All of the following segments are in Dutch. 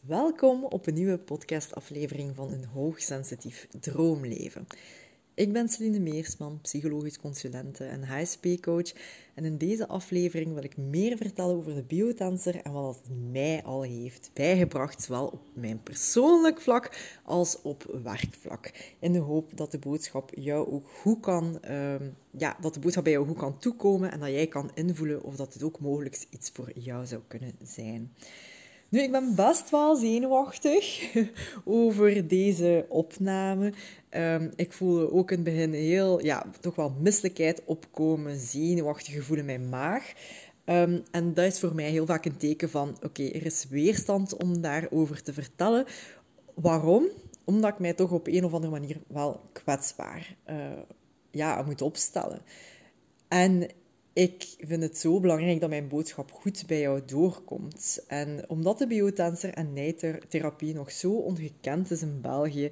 Welkom op een nieuwe podcastaflevering van Een Hoogsensitief Droomleven. Ik ben Celine Meersman, psychologisch consulente en HSP-coach. En in deze aflevering wil ik meer vertellen over de biotenser en wat het mij al heeft bijgebracht, zowel op mijn persoonlijk vlak als op werkvlak. In de hoop dat de boodschap jou ook goed kan, dat de boodschap bij jou goed kan toekomen en dat jij kan invullen of dat het ook mogelijk iets voor jou zou kunnen zijn. Nu, ik ben best wel zenuwachtig over deze opname. Ik voelde ook in het begin toch wel misselijkheid opkomen, zenuwachtig gevoel in mijn maag. En dat is voor mij heel vaak een teken van, oké, er is weerstand om daarover te vertellen. Waarom? Omdat ik mij toch op een of andere manier wel kwetsbaar moet opstellen. En ik vind het zo belangrijk dat mijn boodschap goed bij jou doorkomt. En omdat de biotenser en nijtherapie nog zo ongekend is in België,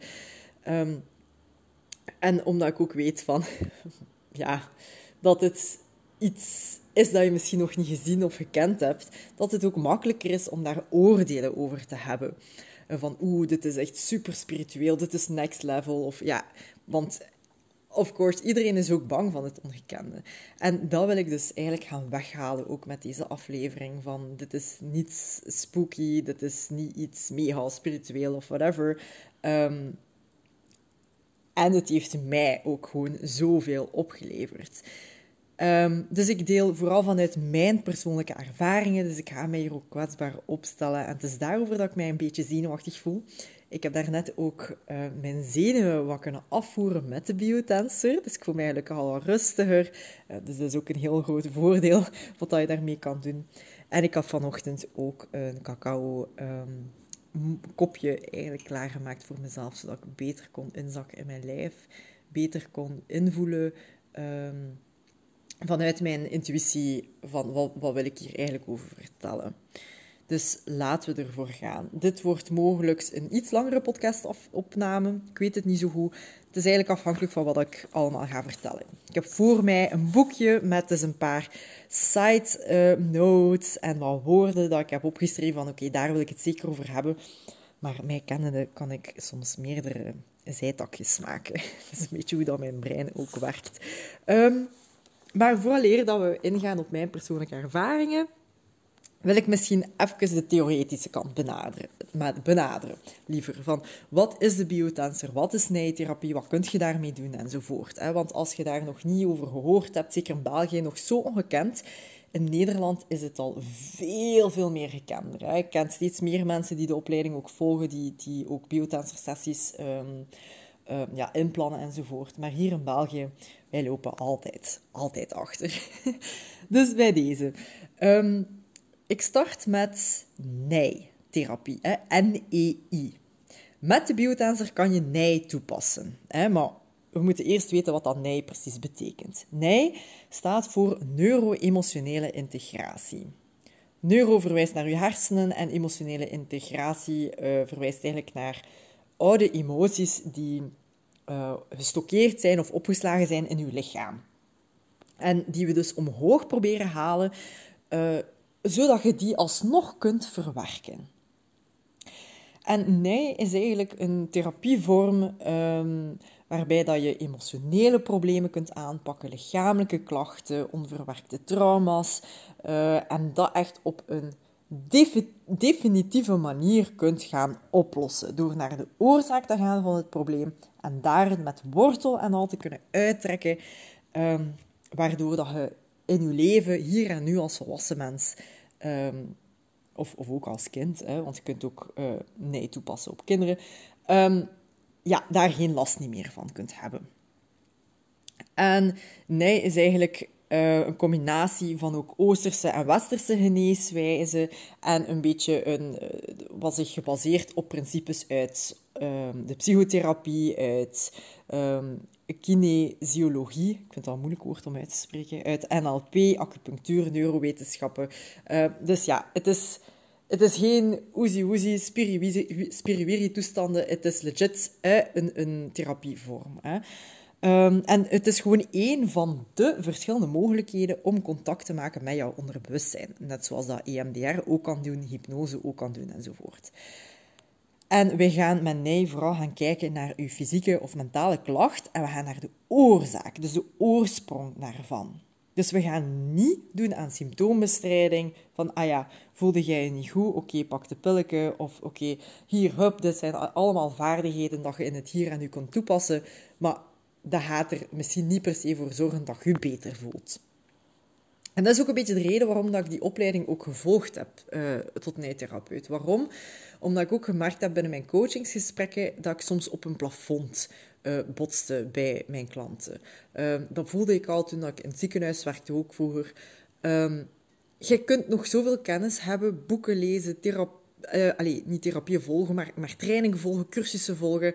en omdat ik ook weet van, dat het iets is dat je misschien nog niet gezien of gekend hebt, dat het ook makkelijker is om daar oordelen over te hebben. Van, dit is echt super spiritueel, dit is next level. Want of course, iedereen is ook bang van het ongekende. En dat wil ik dus eigenlijk gaan weghalen, ook met deze aflevering. Van, dit is niets spooky, dit is niet iets mega spiritueel of whatever. En het heeft mij ook gewoon zoveel opgeleverd. Dus ik deel vooral vanuit mijn persoonlijke ervaringen. Dus ik ga mij hier ook kwetsbaar opstellen. En het is daarover dat ik mij een beetje zenuwachtig voel. Ik heb daarnet ook mijn zenuwen wat kunnen afvoeren met de biotenser. Dus ik voel me eigenlijk al wat rustiger. Dus dat is ook een heel groot voordeel wat je daarmee kan doen. En ik had vanochtend ook een cacao kopje eigenlijk klaargemaakt voor mezelf, zodat ik beter kon inzakken in mijn lijf, beter kon invoelen vanuit mijn intuïtie van wat wil ik hier eigenlijk over vertellen. Dus laten we ervoor gaan. Dit wordt mogelijk een iets langere podcastopname. Ik weet het niet zo goed. Het is eigenlijk afhankelijk van wat ik allemaal ga vertellen. Ik heb voor mij een boekje met dus een paar side notes en wat woorden dat ik heb opgeschreven van oké, daar wil ik het zeker over hebben. Maar mij kennende kan ik soms meerdere zijtakjes maken. Dat is een beetje hoe dat mijn brein ook werkt. Maar vooraleer dat we ingaan op mijn persoonlijke ervaringen, wil ik misschien even de theoretische kant benaderen. Liever van, wat is de biotenser, wat is nijtherapie, wat kun je daarmee doen, enzovoort. Want als je daar nog niet over gehoord hebt, zeker in België nog zo ongekend, in Nederland is het al veel, veel meer gekender. Ik ken steeds meer mensen die de opleiding ook volgen, die ook biotenser-sessies inplannen enzovoort. Maar hier in België, wij lopen altijd achter. Dus bij deze. Ik start met nijtherapie, N-E-I. Met de biotenser kan je nij toepassen, maar we moeten eerst weten wat dat nij precies betekent. Nij staat voor neuro-emotionele integratie. Neuro verwijst naar je hersenen en emotionele integratie verwijst eigenlijk naar oude emoties die gestockeerd zijn of opgeslagen zijn in je lichaam. En die we dus omhoog proberen halen, zodat je die alsnog kunt verwerken. En nij is eigenlijk een therapievorm waarbij dat je emotionele problemen kunt aanpakken, lichamelijke klachten, onverwerkte trauma's, en dat echt op een definitieve manier kunt gaan oplossen, door naar de oorzaak te gaan van het probleem en daar met wortel en al te kunnen uittrekken, waardoor dat je in je leven, hier en nu als volwassen mens, of ook als kind, want je kunt ook nij toepassen op kinderen, daar geen last niet meer van kunt hebben. En nij is eigenlijk een combinatie van ook Oosterse en Westerse geneeswijzen en een beetje wat zich gebaseerd op principes uit de psychotherapie, uit kinesiologie, ik vind dat een moeilijk woord om uit te spreken, uit NLP, acupunctuur, neurowetenschappen. Dus ja, het is geen oezie-oezie, spiriwiri toestanden, het is legit een therapievorm. En het is gewoon één van de verschillende mogelijkheden om contact te maken met jouw onderbewustzijn. Net zoals dat EMDR ook kan doen, hypnose ook kan doen enzovoort. En we gaan met NEI vooral gaan kijken naar uw fysieke of mentale klacht en we gaan naar de oorzaak, dus de oorsprong daarvan. Dus we gaan niet doen aan symptoombestrijding van, ah ja, voelde jij je niet goed? Oké, pak de pilletje. Of oké, hier, hup, dit zijn allemaal vaardigheden dat je in het hier en nu kunt toepassen. Maar dat gaat er misschien niet per se voor zorgen dat je je beter voelt. En dat is ook een beetje de reden waarom dat ik die opleiding ook gevolgd heb tot nijtherapeut. Waarom? Omdat ik ook gemerkt heb binnen mijn coachingsgesprekken dat ik soms op een plafond botste bij mijn klanten. Dat voelde ik al toen ik in het ziekenhuis werkte, ook vroeger. Je kunt nog zoveel kennis hebben, boeken lezen, niet therapieën volgen, maar trainingen volgen, cursussen volgen.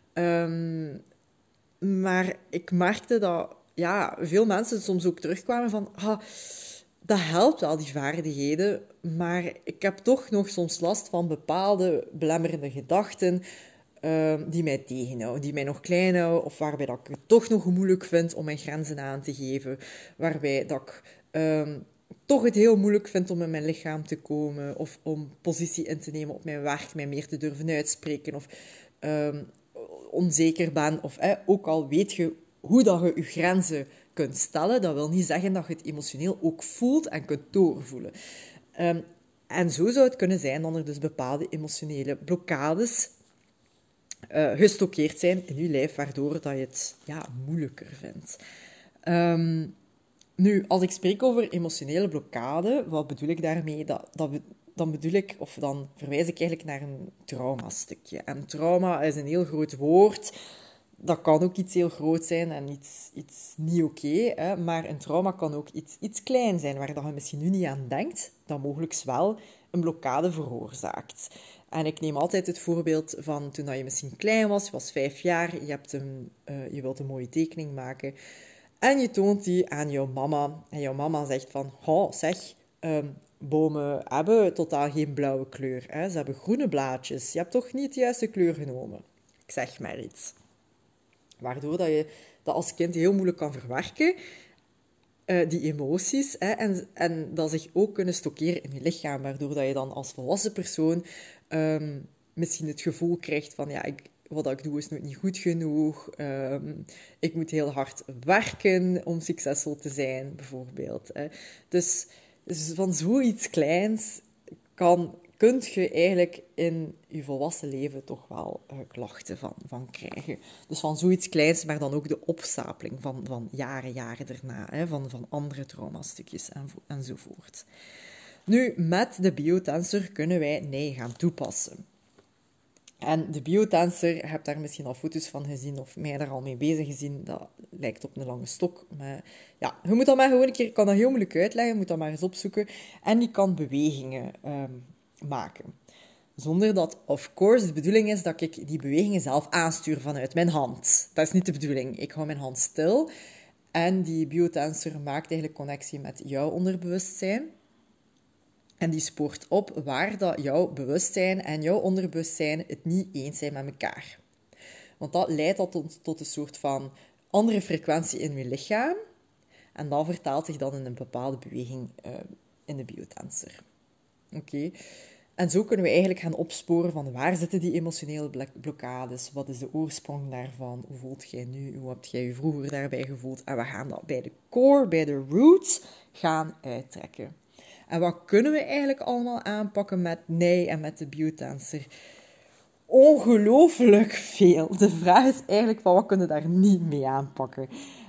Maar ik merkte dat veel mensen soms ook terugkwamen van... dat helpt wel, die vaardigheden, maar ik heb toch nog soms last van bepaalde belemmerende gedachten die mij tegenhouden, die mij nog klein houden, of waarbij dat ik het toch nog moeilijk vind om mijn grenzen aan te geven, waarbij dat ik toch het heel moeilijk vind om in mijn lichaam te komen, of om positie in te nemen op mijn werk, mij meer te durven uitspreken, of onzeker ben, of ook al weet je hoe dat je je grenzen kunt stellen, dat wil niet zeggen dat je het emotioneel ook voelt en kunt doorvoelen. En zo zou het kunnen zijn dat er dus bepaalde emotionele blokkades gestockeerd zijn in je lijf, waardoor dat je het moeilijker vindt. Nu, als ik spreek over emotionele blokkade, wat bedoel ik daarmee? Dan verwijs ik eigenlijk naar een traumastukje. En trauma is een heel groot woord. Dat kan ook iets heel groot zijn en iets niet oké, maar een trauma kan ook iets klein zijn, waar dat je misschien nu niet aan denkt, dat mogelijk wel een blokkade veroorzaakt. En ik neem altijd het voorbeeld van toen je misschien klein was, je was 5 jaar, je wilt een mooie tekening maken, en je toont die aan jouw mama, en jouw mama zegt van, bomen hebben totaal geen blauwe kleur, ze hebben groene blaadjes, je hebt toch niet de juiste kleur genomen. Ik zeg maar iets. Waardoor dat je dat als kind heel moeilijk kan verwerken, die emoties, en dat zich ook kunnen stockeren in je lichaam, waardoor dat je dan als volwassen persoon misschien het gevoel krijgt van, wat ik doe is nog niet goed genoeg, ik moet heel hard werken om succesvol te zijn, bijvoorbeeld. Dus van zoiets kleins kunt je eigenlijk in je volwassen leven toch wel klachten van krijgen. Dus van zoiets kleins, maar dan ook de opstapeling van jaren daarna, van andere traumastukjes enzovoort. Nu, met de biotensor kunnen wij NEI gaan toepassen. En de biotensor, je hebt daar misschien al foto's van gezien of mij daar al mee bezig gezien. Dat lijkt op een lange stok. Maar ja, je moet dat maar gewoon een keer, ik kan dat heel moeilijk uitleggen, je moet dat maar eens opzoeken. En je kan bewegingen maken. Zonder dat, of course, de bedoeling is dat ik die bewegingen zelf aanstuur vanuit mijn hand. Dat is niet de bedoeling. Ik hou mijn hand stil en die biotensor maakt eigenlijk connectie met jouw onderbewustzijn. En die spoort op waar dat jouw bewustzijn en jouw onderbewustzijn het niet eens zijn met elkaar. Want dat leidt tot een soort van andere frequentie in je lichaam. En dat vertaalt zich dan in een bepaalde beweging in de biotensor. Oké. En zo kunnen we eigenlijk gaan opsporen van waar zitten die emotionele blokkades, wat is de oorsprong daarvan, hoe voelt jij nu, hoe heb jij je vroeger daarbij gevoeld. En we gaan dat bij de core, bij de roots, gaan uittrekken. En wat kunnen we eigenlijk allemaal aanpakken met NEI en met de biotensor? Ongelooflijk veel. De vraag is eigenlijk van wat kunnen we daar niet mee aanpakken?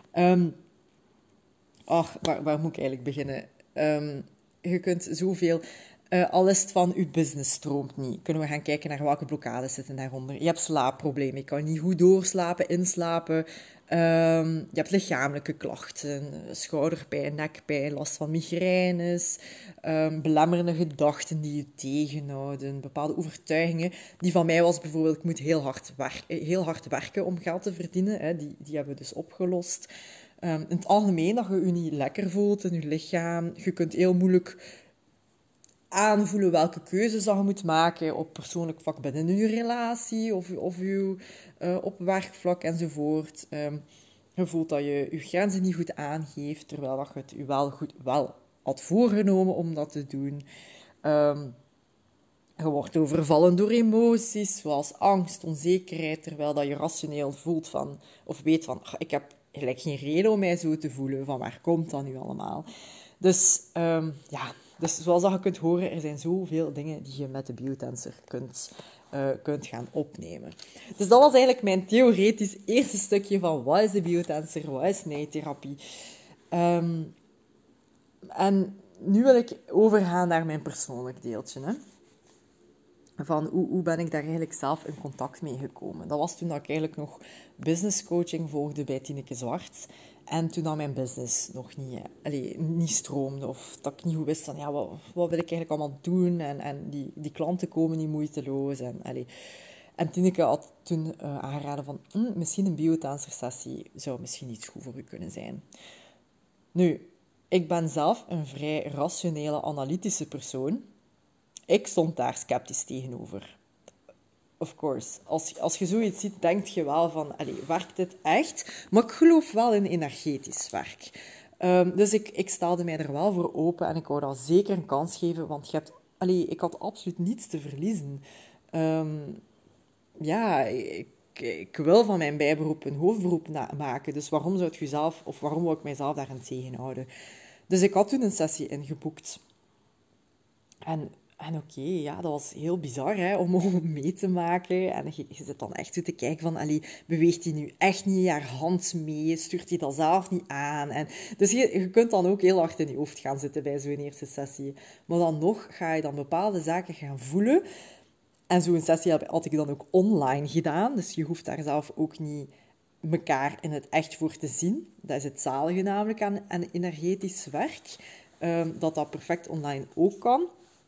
Waar moet ik eigenlijk beginnen? Je kunt zoveel... al is het van, je business stroomt niet. Kunnen we gaan kijken naar welke blokkades zitten daaronder. Je hebt slaapproblemen, je kan niet goed doorslapen, inslapen. Je hebt lichamelijke klachten, schouderpijn, nekpijn, last van migraines, belemmerende gedachten die je tegenhouden, bepaalde overtuigingen. Die van mij was bijvoorbeeld, ik moet heel hard werken om geld te verdienen. Hè. Die hebben we dus opgelost. In het algemeen, dat je je niet lekker voelt in je lichaam. Je kunt heel moeilijk aanvoelen welke keuzes dat je moet maken op persoonlijk vlak binnen je relatie of op werkvlak enzovoort. Je voelt dat je je grenzen niet goed aangeeft, terwijl dat je het je wel had voorgenomen om dat te doen. Je wordt overvallen door emoties, zoals angst, onzekerheid, terwijl dat je rationeel voelt van, of weet van, ik heb eigenlijk geen reden om mij zo te voelen, van waar komt dat nu allemaal? Dus dus zoals dat je kunt horen, er zijn zoveel dingen die je met de biotensor kunt gaan opnemen. Dus dat was eigenlijk mijn theoretisch eerste stukje van wat is de biotensor, wat is nijtherapie. En nu wil ik overgaan naar mijn persoonlijk deeltje, hè. Van hoe ben ik daar eigenlijk zelf in contact mee gekomen. Dat was toen dat ik eigenlijk nog business coaching volgde bij Tineke Zwart. En toen dat mijn business nog niet stroomde. Of dat ik niet goed wist van, ja, wat wil ik eigenlijk allemaal doen? En die klanten komen niet moeiteloos. En Tineke had toen aangeraden van, misschien een biotensor-sessie zou misschien iets goed voor u kunnen zijn. Nu, ik ben zelf een vrij rationele, analytische persoon. Ik stond daar sceptisch tegenover. Of course. Als je zoiets ziet, denk je wel van, werkt dit echt? Maar ik geloof wel in energetisch werk. Dus ik stelde mij er wel voor open en ik wou dat zeker een kans geven, want ik had absoluut niets te verliezen. Ik wil van mijn bijberoep een hoofdberoep maken, dus waarom zou waarom wil ik mijzelf daarin tegenhouden? Dus ik had toen een sessie ingeboekt. En oké, ja, dat was heel bizar hè, om mee te maken. En je zit dan echt zo te kijken van, beweegt hij nu echt niet haar hand mee? Stuurt hij dat zelf niet aan? Dus je kunt dan ook heel hard in je hoofd gaan zitten bij zo'n eerste sessie. Maar dan nog ga je dan bepaalde zaken gaan voelen. En zo'n sessie had ik dan ook online gedaan. Dus je hoeft daar zelf ook niet elkaar in het echt voor te zien. Dat is het zalige namelijk aan energetisch werk. Dat perfect online ook kan.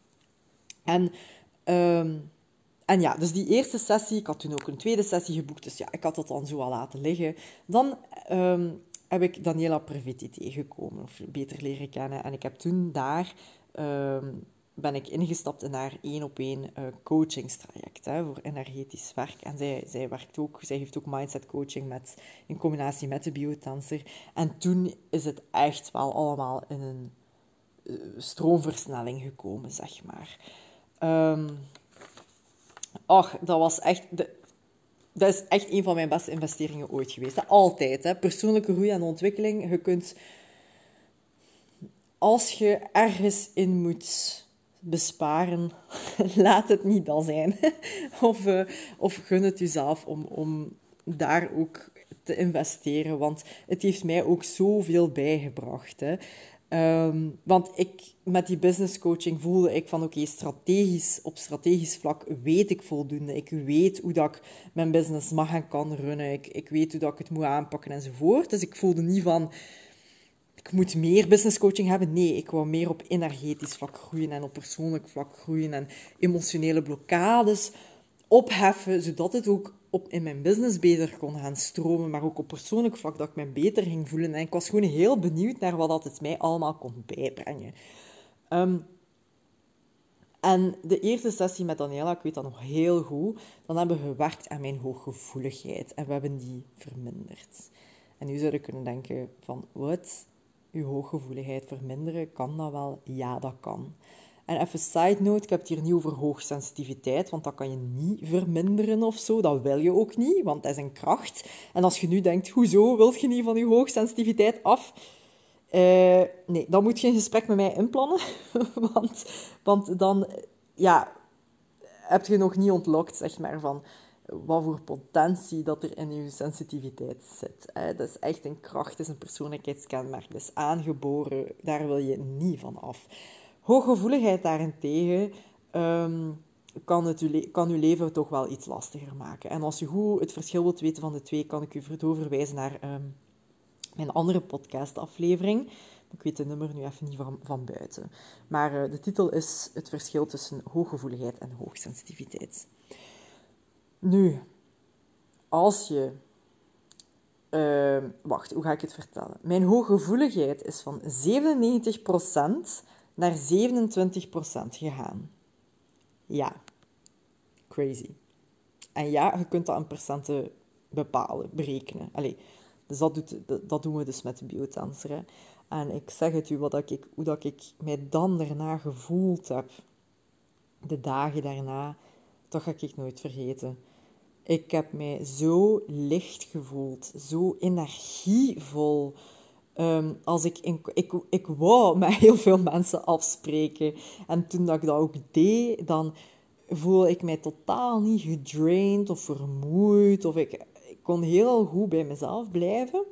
En ja, dus die eerste sessie, ik had toen ook een tweede sessie geboekt, dus ja, ik had dat dan zo al laten liggen. Dan heb ik Daniela Previti tegengekomen, of beter leren kennen. En ik heb toen ben ik ingestapt in haar 1-op-1 coachingstraject voor energetisch werk. En zij heeft ook mindset coaching in combinatie met de biotensor. En toen is het echt wel allemaal in een stroomversnelling gekomen, zeg maar. Dat was echt... Dat is echt een van mijn beste investeringen ooit geweest. Hè? Altijd. Hè? Persoonlijke groei en ontwikkeling. Je kunt... Als je ergens in moet besparen, laat het niet dat zijn. Of gun het jezelf om daar ook te investeren. Want het heeft mij ook zoveel bijgebracht. Hè? Want met die business coaching voelde ik van oké, op strategisch vlak weet ik voldoende. Ik weet hoe dat ik mijn business mag en kan runnen. Ik weet hoe dat ik het moet aanpakken enzovoort. Dus ik voelde niet van, ik moet meer business coaching hebben. Nee, ik wou meer op energetisch vlak groeien en op persoonlijk vlak groeien en emotionele blokkades opheffen, zodat het ook in mijn business beter kon gaan stromen, maar ook op persoonlijk vlak dat ik mij beter ging voelen. En ik was gewoon heel benieuwd naar wat het mij allemaal kon bijbrengen. En de eerste sessie met Daniela, ik weet dat nog heel goed, dan hebben we gewerkt aan mijn hooggevoeligheid en we hebben die verminderd. En nu zou je kunnen denken van, wat? Uw hooggevoeligheid verminderen, kan dat wel? Ja, dat kan. En even side note, ik heb het hier niet over hoogsensitiviteit, want dat kan je niet verminderen of zo. Dat wil je ook niet, want dat is een kracht. En als je nu denkt, hoezo wil je niet van je hoogsensitiviteit af? Nee, dan moet je een gesprek met mij inplannen. want dan heb je nog niet ontlokt, zeg maar, van wat voor potentie dat er in je sensitiviteit zit. Dat is echt een kracht, dat is een persoonlijkheidskenmerk, dat is aangeboren, daar wil je niet van af. Hooggevoeligheid daarentegen kan je leven toch wel iets lastiger maken. En als je goed het verschil wilt weten van de twee, kan ik u doorverwijzen naar mijn andere podcastaflevering. Ik weet de nummer nu even niet van buiten. Maar de titel is Het verschil tussen hooggevoeligheid en hoogsensitiviteit. Nu, als je... wacht, hoe ga ik het vertellen? Mijn hooggevoeligheid is van 97% naar 27% gegaan. Ja, crazy. En ja, je kunt dat in procenten bepalen, berekenen. Dus dat doen we dus met de biotensor. Hè. En ik zeg het u, hoe dat ik mij dan daarna gevoeld heb. de dagen daarna, dat ga ik nooit vergeten. Ik heb mij zo licht gevoeld, zo energievol. Als ik wou met heel veel mensen afspreken. En toen dat ik dat ook deed, dan voelde ik mij totaal niet gedraind of vermoeid. Of ik kon heel goed bij mezelf blijven.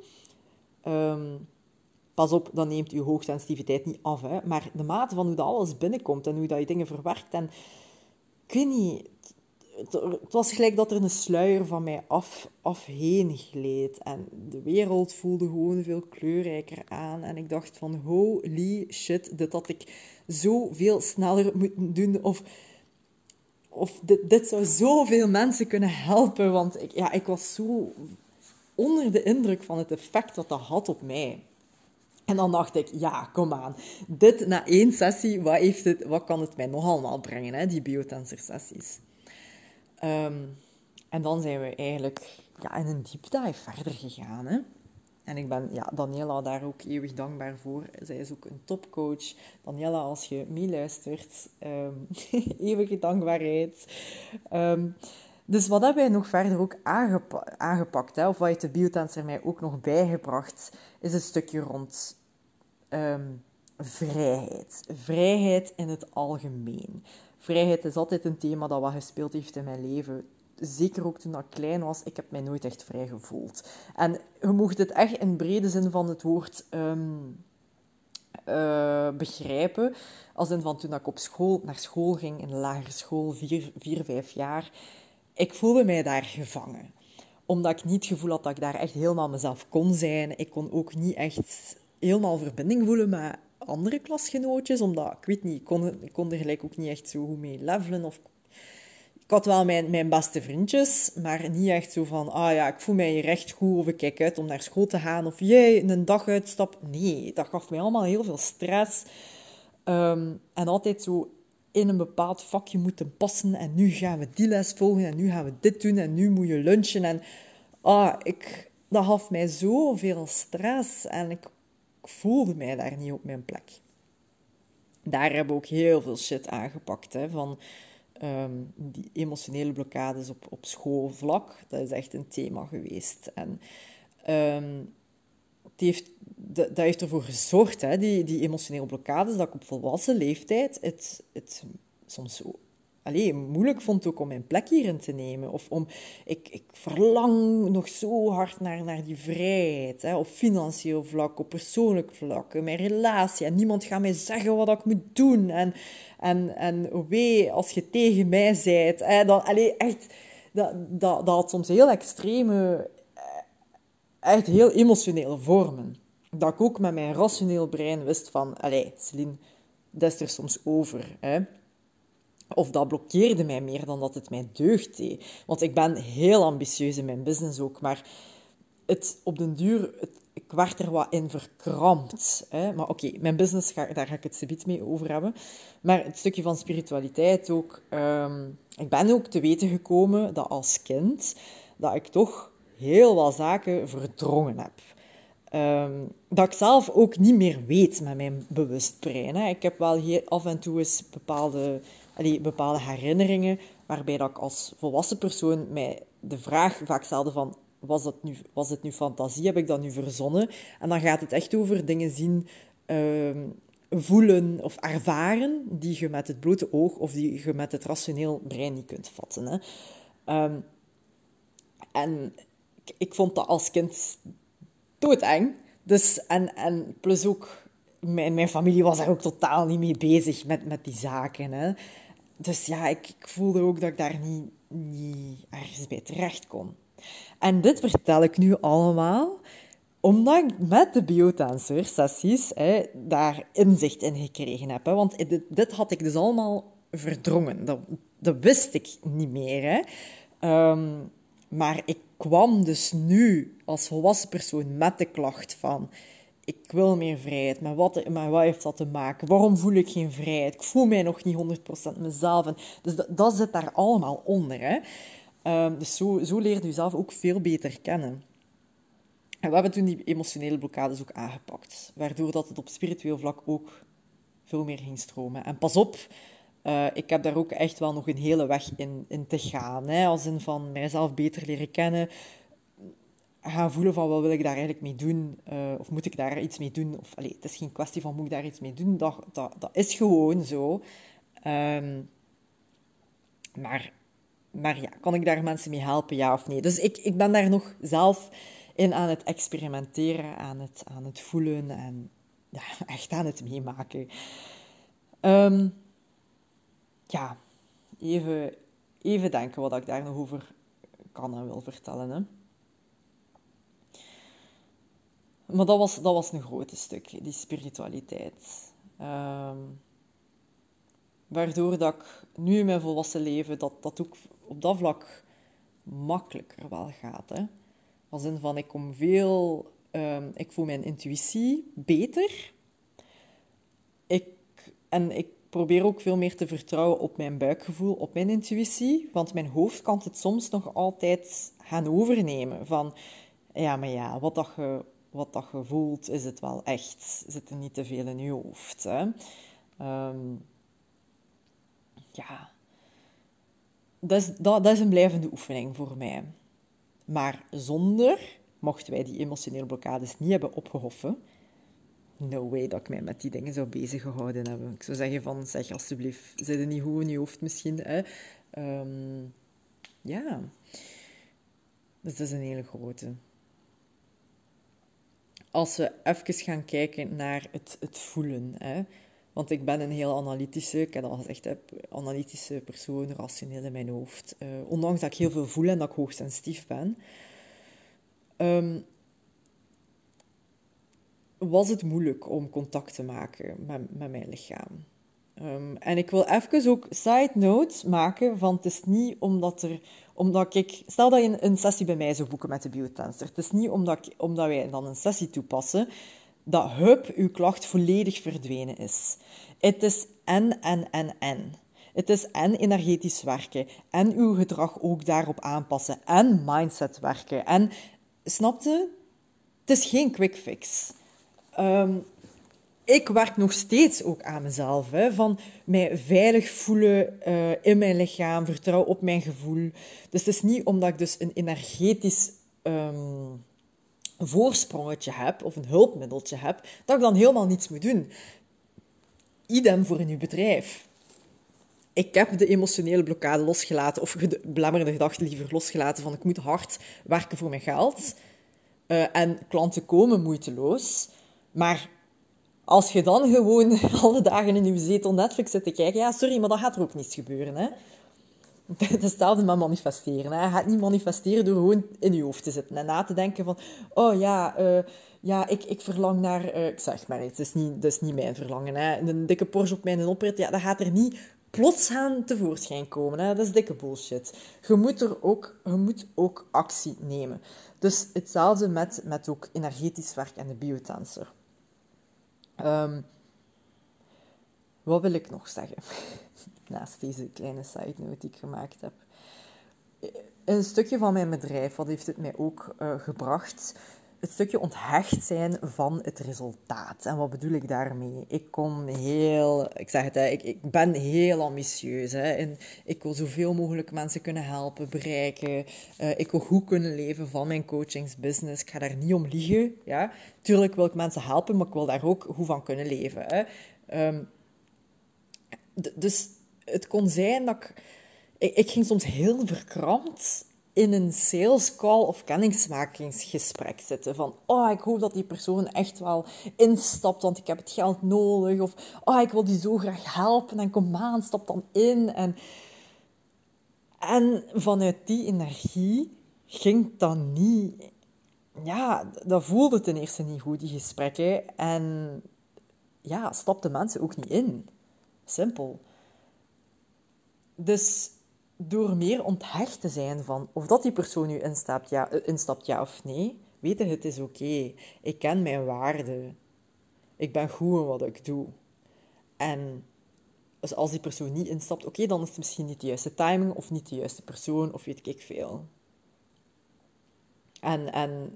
Pas op, dat neemt uw hoogsensitiviteit niet af. Hè? Maar de mate van hoe dat alles binnenkomt en hoe dat je dingen verwerkt. En ik weet niet, het was gelijk dat er een sluier van mij afheen gleed. En de wereld voelde gewoon veel kleurrijker aan. En ik dacht van, holy shit, dit had ik zoveel sneller moeten doen. Of dit zou zoveel mensen kunnen helpen. Want ik was zo onder de indruk van het effect dat dat had op mij. En dan dacht ik, ja, kom aan. Dit na 1 sessie, wat kan het mij nog allemaal brengen, hè, die biotensor-sessies? En dan zijn we eigenlijk in een deep dive verder gegaan. Hè? En ik ben Daniela daar ook eeuwig dankbaar voor. Zij is ook een topcoach. Daniela, als je meeluistert, eeuwige dankbaarheid. Dus wat hebben wij nog verder ook aangepakt, hè? Of wat heeft de biotensor mij ook nog bijgebracht, is een stukje rond vrijheid. Vrijheid in het algemeen. Vrijheid is altijd een thema dat wat gespeeld heeft in mijn leven. Zeker ook toen ik klein was, ik heb mij nooit echt vrij gevoeld. En je mocht het echt in brede zin van het woord begrijpen. Als in van toen ik naar school ging, in de lagere school, 4, 5 jaar. Ik voelde mij daar gevangen. Omdat ik niet het gevoel had dat ik daar echt helemaal mezelf kon zijn. Ik kon ook niet echt helemaal verbinding voelen met andere klasgenootjes. Omdat, ik weet niet, ik kon er gelijk ook niet echt zo goed mee levelen. Of ik had wel mijn beste vriendjes, maar niet echt zo van, ik voel mij hier echt goed of ik kijk uit om naar school te gaan. Of jij een dag uitstap. Nee, dat gaf mij allemaal heel veel stress. En altijd zo in een bepaald vakje moeten passen. En nu gaan we die les volgen en nu gaan we dit doen en nu moet je lunchen. En dat gaf mij zoveel stress en ik voelde mij daar niet op mijn plek. Daar hebben we ook heel veel shit aangepakt, hè, van die emotionele blokkades op schoolvlak. Dat is echt een thema geweest. En dat heeft ervoor gezorgd, hè, die emotionele blokkades, dat ik op volwassen leeftijd het soms moeilijk vond ook om mijn plek hierin te nemen. Of ik verlang nog zo hard naar die vrijheid. Hè, op financieel vlak, op persoonlijk vlak, in mijn relatie. En niemand gaat mij zeggen wat ik moet doen. En wee, als je tegen mij zijt. Hè, dat had soms heel extreme, echt heel emotionele vormen. Dat ik ook met mijn rationeel brein wist van, Celine, dat is er soms over, hè. Of dat blokkeerde mij meer dan dat het mij deugd deed. Want ik ben heel ambitieus in mijn business ook, maar op den duur, ik werd er wat in verkrampt. Hè. Maar oké, mijn business, daar ga ik het zometeen mee over hebben. Maar het stukje van spiritualiteit ook. Ik ben ook te weten gekomen dat als kind, dat ik toch heel wat zaken verdrongen heb. Dat ik zelf ook niet meer weet met mijn bewust brein. Hè. Ik heb wel heel af en toe eens bepaalde herinneringen, waarbij dat ik als volwassen persoon mij de vraag vaak stelde van, was het nu fantasie, heb ik dat nu verzonnen? En dan gaat het echt over dingen zien, voelen of ervaren, die je met het blote oog of die je met het rationeel brein niet kunt vatten. Hè. En ik vond dat als kind doodeng. Dus, en plus ook, mijn familie was daar ook totaal niet mee bezig met die zaken. Hè. Dus ja, ik voelde ook dat ik daar niet ergens bij terecht kon. En dit vertel ik nu allemaal omdat ik met de biotensor-sessies daar inzicht in gekregen heb. Hè. Want dit had ik dus allemaal verdrongen. Dat wist ik niet meer. Hè. Maar ik kwam dus nu als volwassen persoon met de klacht van, ik wil meer vrijheid. Maar wat heeft dat te maken? Waarom voel ik geen vrijheid? Ik voel mij nog niet 100% mezelf. Dus dat zit daar allemaal onder. Hè? Dus zo leer je jezelf ook veel beter kennen. En we hebben toen die emotionele blokkades ook aangepakt. Waardoor dat het op spiritueel vlak ook veel meer ging stromen. En pas op, Ik heb daar ook echt wel nog een hele weg in te gaan. Hè? Als in van mijzelf beter leren kennen, gaan voelen van wat wil ik daar eigenlijk mee doen, of moet ik daar iets mee doen, of allee, het is geen kwestie van moet ik daar iets mee doen, dat is gewoon zo. Ehm, maar ja, kan ik daar mensen mee helpen, ja of nee? Dus ik ben daar nog zelf in aan het experimenteren, aan het voelen en ja, echt aan het meemaken. Ehm, ja, even denken wat ik daar nog over kan en wil vertellen. Hè. Maar dat was een grote stuk, die spiritualiteit. Waardoor dat ik nu in mijn volwassen leven, dat ook op dat vlak makkelijker wel gaat. Hè. Als in van, ik voel mijn intuïtie beter. Ik probeer ook veel meer te vertrouwen op mijn buikgevoel, op mijn intuïtie. Want mijn hoofd kan het soms nog altijd gaan overnemen. Van, ja, maar ja, wat dat je voelt, is het wel echt. Zit er niet te veel in je hoofd. Hè? Ja, dat is een blijvende oefening voor mij. Maar zonder, mochten wij die emotionele blokkades niet hebben opgehoffen, no way dat ik mij met die dingen zou bezig gehouden hebben. Ik zou zeggen van, zeg alsjeblieft, zit er niet goed in je hoofd misschien. Hè? Ja, dus dat is een hele grote. Als we even gaan kijken naar het voelen. Hè? Want ik ben een heel analytische, ik heb al gezegd, analytische persoon, rationeel in mijn hoofd. Ondanks dat ik heel veel voel en dat ik hoogsensitief ben. Was het moeilijk om contact te maken met mijn lichaam. En ik wil even ook side note maken van het is niet omdat ik... Stel dat je een sessie bij mij zou boeken met de biotenser. Het is niet omdat wij dan een sessie toepassen, dat uw klacht volledig verdwenen is. Het is en. Het is en energetisch werken, en uw gedrag ook daarop aanpassen, en mindset werken. En, snapte? Het is geen quick fix. Ik werk nog steeds ook aan mezelf. Hè, van mij veilig voelen in mijn lichaam, vertrouwen op mijn gevoel. Dus het is niet omdat ik dus een energetisch voorsprongetje heb, of een hulpmiddeltje heb, dat ik dan helemaal niets moet doen. Idem voor in uw bedrijf. Ik heb de emotionele blokkade losgelaten, of de belemmerende gedachte liever losgelaten van ik moet hard werken voor mijn geld. En klanten komen moeiteloos. Maar als je dan gewoon alle dagen in je zetel Netflix zit te kijken, ja, sorry, maar dat gaat er ook niets gebeuren. Hè? Hetzelfde met manifesteren. Hè? Je gaat niet manifesteren door gewoon in je hoofd te zitten en na te denken van, oh ja, ik verlang naar... ik zeg maar, het is niet mijn verlangen. Hè? Een dikke Porsche op mijn oprit, ja, dat gaat er niet plots gaan tevoorschijn komen. Hè? Dat is dikke bullshit. Je moet ook actie nemen. Dus hetzelfde met ook energetisch werk en de biotensor. Wat wil ik nog zeggen? Naast deze kleine side note die ik gemaakt heb. Een stukje van mijn bedrijf, wat heeft het mij ook gebracht? Het stukje onthecht zijn van het resultaat. En wat bedoel ik daarmee? Ik ben heel ambitieus. Hè, en ik wil zoveel mogelijk mensen kunnen helpen, bereiken. Ik wil goed kunnen leven van mijn coachingsbusiness. Ik ga daar niet om liegen. Ja. Tuurlijk wil ik mensen helpen, maar ik wil daar ook goed van kunnen leven. Hè. Dus het kon zijn dat ik ging soms heel verkrampt in een sales call of kennismakingsgesprek zitten. Van, oh, ik hoop dat die persoon echt wel instapt, want ik heb het geld nodig. Of, oh, ik wil die zo graag helpen en kom aan, stap dan in. En vanuit die energie ging dat niet... Ja, dat voelde ten eerste niet goed, die gesprekken. En ja, stapten mensen ook niet in. Simpel. Dus door meer onthecht te zijn van of dat die persoon nu instapt, ja of nee, weet je, het is oké. Ik ken mijn waarde. Ik ben goed in wat ik doe. En dus als die persoon niet instapt, oké, dan is het misschien niet de juiste timing of niet de juiste persoon of weet ik veel. En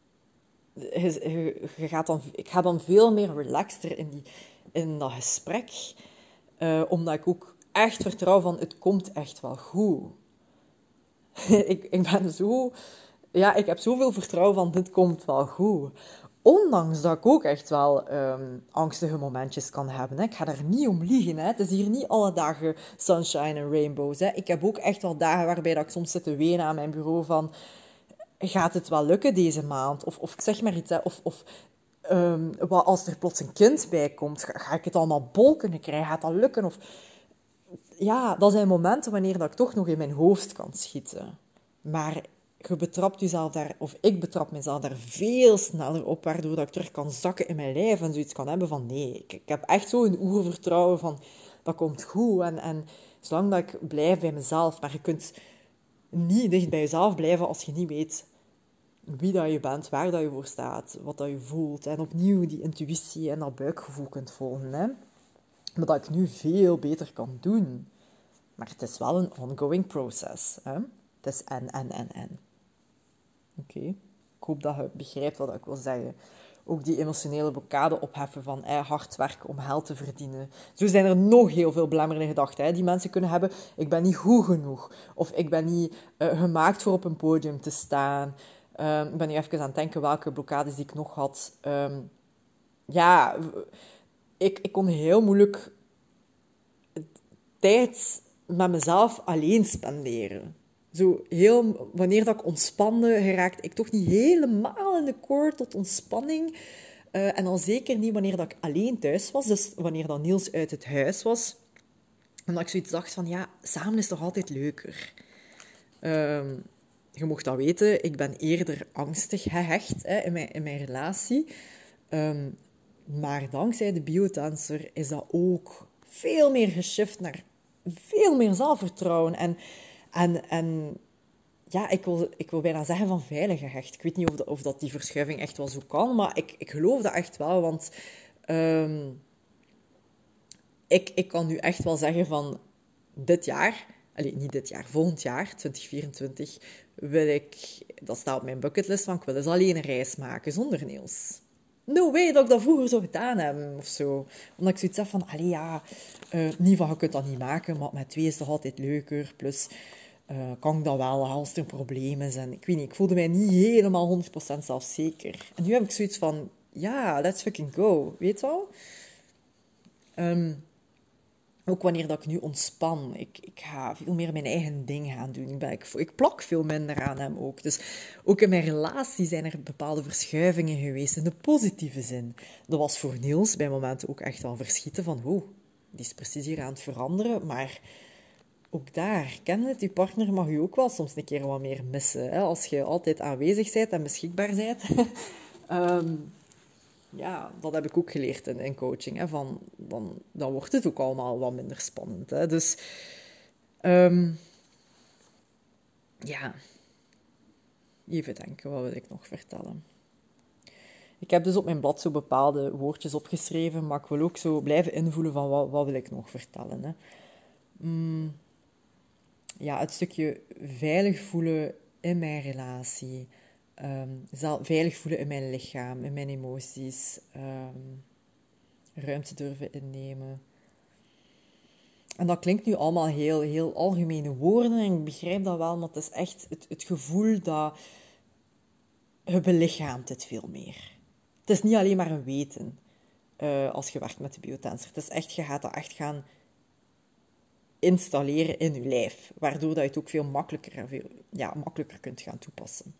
ik ga dan veel meer relaxter in dat gesprek, omdat ik ook echt vertrouw van, het komt echt wel goed. Ik ben zo... Ja, ik heb zoveel vertrouwen van, dit komt wel goed. Ondanks dat ik ook echt wel angstige momentjes kan hebben. Hè. Ik ga daar niet om liegen. Hè. Het is hier niet alle dagen sunshine en rainbows. Hè. Ik heb ook echt wel dagen waarbij dat ik soms zit te wenen aan mijn bureau van... Gaat het wel lukken deze maand? Of ik zeg maar iets. Hè. Wat als er plots een kind bij komt, ga ik het allemaal bol kunnen krijgen? Gaat dat lukken? Of... Ja, dat zijn momenten wanneer dat ik toch nog in mijn hoofd kan schieten. Maar je betrapt jezelf daar, of ik betrap mezelf daar veel sneller op, waardoor dat ik terug kan zakken in mijn lijf en zoiets kan hebben van nee, ik heb echt zo een oervertrouwen van dat komt goed. En zolang dat ik blijf bij mezelf, maar je kunt niet dicht bij jezelf blijven als je niet weet wie dat je bent, waar dat je voor staat, wat dat je voelt. En opnieuw die intuïtie en dat buikgevoel kunt volgen. Hè? Maar dat ik nu veel beter kan doen. Maar het is wel een ongoing process. Hè? Het is en. Oké. Ik hoop dat je begrijpt wat ik wil zeggen. Ook die emotionele blokkade opheffen van hard werken om geld te verdienen. Zo zijn er nog heel veel belemmerende gedachten. Hè, die mensen kunnen hebben. Ik ben niet goed genoeg. Of ik ben niet gemaakt voor op een podium te staan. Ik ben nu even aan het denken welke blokkades die ik nog had. Ja, ik kon heel moeilijk tijd met mezelf alleen spenderen. Zo heel, wanneer dat ik ontspande, geraakte ik toch niet helemaal in de core tot ontspanning. En dan zeker niet wanneer dat ik alleen thuis was. Dus wanneer dat Niels uit het huis was. En dat ik zoiets dacht van, ja, samen is toch altijd leuker. Je mocht dat weten, ik ben eerder angstig gehecht hè, in mijn relatie. Maar dankzij de biodancer is dat ook veel meer geshift naar veel meer zelfvertrouwen. En ja, ik wil bijna zeggen van veilig gehecht. Ik weet niet of dat die verschuiving echt wel zo kan, maar ik geloof dat echt wel, want ik kan nu echt wel zeggen van dit jaar, niet dit jaar, volgend jaar, 2024, wil ik, dat staat op mijn bucketlist, van ik wil eens alleen een reis maken zonder Niels. No way dat ik dat vroeger zou gedaan hebben, of zo. Omdat ik zoiets heb van, niet van, je kunt dat niet maken, maar met twee is het toch altijd leuker. Plus, kan ik dat wel als er een probleem is. En ik weet niet, ik voelde mij niet helemaal 100% zelfzeker. En nu heb ik zoiets van, ja, let's fucking go, weet je wel? Ook wanneer dat ik nu ontspan, ik ga veel meer mijn eigen ding gaan doen. Ik plak veel minder aan hem ook. Dus ook in mijn relatie zijn er bepaalde verschuivingen geweest in de positieve zin. Dat was voor Niels bij momenten ook echt wel verschieten van, die is precies hier aan het veranderen. Maar ook daar, ken je het, je partner mag je ook wel soms een keer wat meer missen. Hè? Als je altijd aanwezig bent en beschikbaar bent. Ja, dat heb ik ook geleerd in coaching. Hè, dan wordt het ook allemaal wat minder spannend. Hè. Dus, ja. Even denken, wat wil ik nog vertellen? Ik heb dus op mijn blad zo bepaalde woordjes opgeschreven, maar ik wil ook zo blijven invoelen van wat wil ik nog vertellen. Hè. Ja, het stukje veilig voelen in mijn relatie. Veilig voelen in mijn lichaam, in mijn emoties. Ruimte durven innemen. En dat klinkt nu allemaal heel, heel algemene woorden. En ik begrijp dat wel, maar het is echt het gevoel dat je belichaamt het veel meer. Het is niet alleen maar een weten als je werkt met de biodancer. Het is echt, je gaat dat echt gaan installeren in je lijf. Waardoor dat je het ook veel makkelijker kunt gaan toepassen.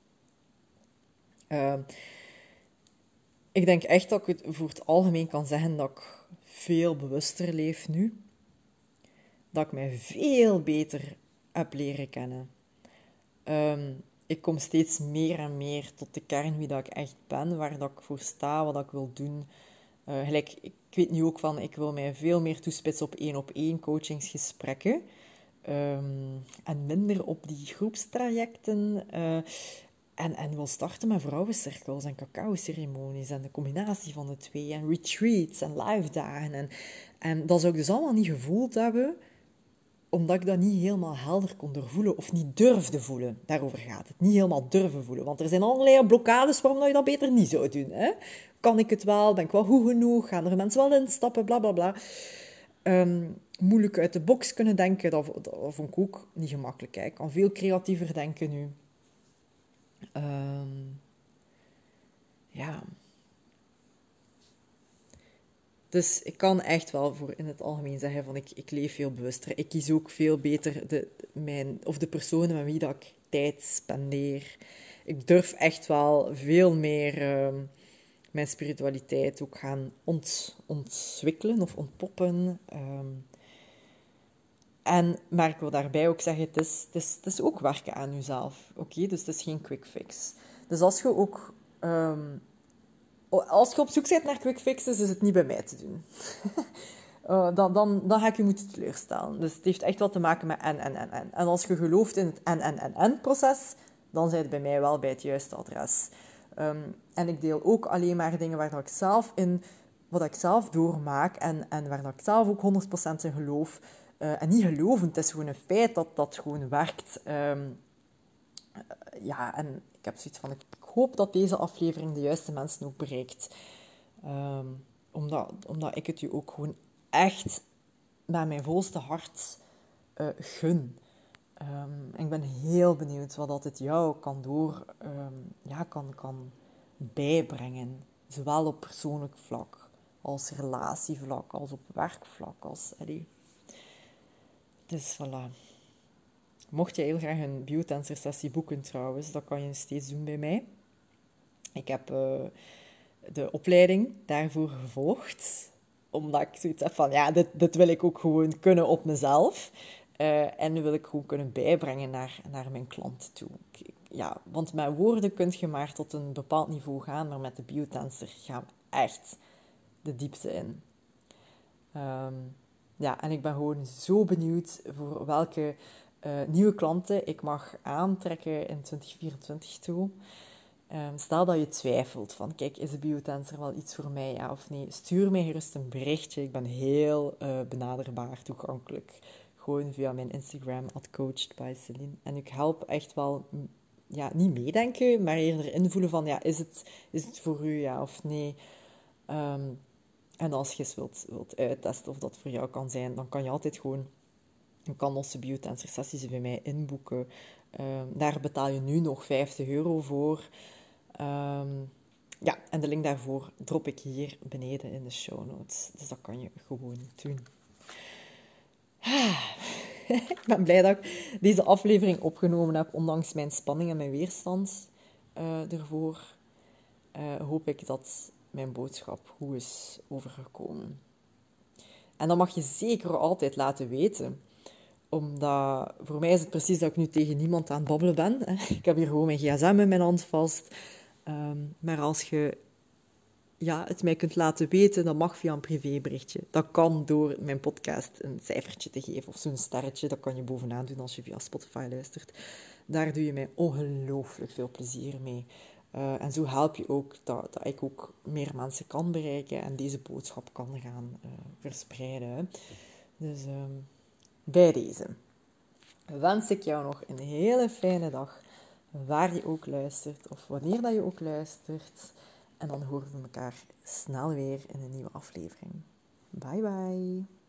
Ik denk echt dat ik het voor het algemeen kan zeggen dat ik veel bewuster leef nu. Dat ik mij veel beter heb leren kennen. Ik kom steeds meer en meer tot de kern wie dat ik echt ben, waar dat ik voor sta, wat ik wil doen. Ik weet nu ook van, ik wil mij veel meer toespitsen op 1-op-1 coachingsgesprekken. En minder op die groepstrajecten. En wil starten met vrouwencirkels en cacao-ceremonies en de combinatie van de twee. En retreats en live dagen. En dat zou ik dus allemaal niet gevoeld hebben, omdat ik dat niet helemaal helder kon doorvoelen of niet durfde voelen. Daarover gaat het. Niet helemaal durven voelen. Want er zijn allerlei blokkades waarom je dat beter niet zou doen. Hè? Kan ik het wel? Ben ik wel goed genoeg? Gaan er mensen wel instappen? Bla, bla, bla. moeilijk uit de box kunnen denken. Dat vond ik ook niet gemakkelijk. Hè. Ik kan veel creatiever denken nu. Ja. Dus ik kan echt wel voor in het algemeen zeggen van ik leef veel bewuster. Ik kies ook veel beter de personen met wie dat ik tijd spendeer. Ik durf echt wel veel meer mijn spiritualiteit ook gaan ontwikkelen of ontpoppen. Maar ik wil daarbij ook zeggen, het is ook werken aan jezelf. Oké? Dus het is geen quick fix. Dus als je op zoek bent naar quick fixes, is het niet bij mij te doen. Dan ga ik je moeten teleurstellen. Dus het heeft echt wat te maken met en. En als je gelooft in het en-proces, dan zijn het bij mij wel bij het juiste adres. En ik deel ook alleen maar dingen wat ik zelf doormaak en waar dat ik zelf ook 100% in geloof. En niet geloven, het is gewoon een feit dat dat gewoon werkt. Ja, en ik heb zoiets van, ik hoop dat deze aflevering de juiste mensen ook bereikt. Omdat ik het u ook gewoon echt met mijn volste hart gun. Ik ben heel benieuwd wat dat het jou kan bijbrengen. Zowel op persoonlijk vlak, als relatievlak, als op werkvlak. Dus voilà. Mocht je heel graag een biotensor sessie boeken trouwens, dat kan je steeds doen bij mij. Ik heb de opleiding daarvoor gevolgd, omdat ik zoiets heb van, ja, dit wil ik ook gewoon kunnen op mezelf. En nu wil ik gewoon kunnen bijbrengen naar mijn klanten toe. Ja, want met woorden kun je maar tot een bepaald niveau gaan, maar met de biotensor gaan we echt de diepte in. Ja, en ik ben gewoon zo benieuwd voor welke nieuwe klanten ik mag aantrekken in 2024 toe. Stel dat je twijfelt van, kijk, is de biotensor wel iets voor mij, ja of nee? Stuur mij gerust een berichtje. Ik ben heel benaderbaar, toegankelijk. Gewoon via mijn Instagram, @coachedbyceline. En ik help echt wel, ja, niet meedenken, maar eerder invoelen van, ja, is het voor u, ja of nee? En als je eens wilt uittesten of dat voor jou kan zijn, dan kan je altijd gewoon een losse biotensor sessies bij mij inboeken. Daar betaal je nu nog €50 voor. Ja, en de link daarvoor drop ik hier beneden in de show notes. Dus dat kan je gewoon doen. Ik ben blij dat ik deze aflevering opgenomen heb, ondanks mijn spanning en mijn weerstand ervoor. Hoop ik dat mijn boodschap goed is overgekomen. En dat mag je zeker altijd laten weten. Omdat, voor mij is het precies dat ik nu tegen niemand aan het babbelen ben. Ik heb hier gewoon mijn gsm in mijn hand vast. Maar als je het mij kunt laten weten, dat mag via een privéberichtje. Dat kan door mijn podcast een cijfertje te geven of zo'n sterretje. Dat kan je bovenaan doen als je via Spotify luistert. Daar doe je mij ongelooflijk veel plezier mee. En zo help je ook dat ik ook meer mensen kan bereiken en deze boodschap kan gaan verspreiden. Dus bij deze wens ik jou nog een hele fijne dag, waar je ook luistert of wanneer dat je ook luistert. En dan horen we elkaar snel weer in een nieuwe aflevering. Bye bye!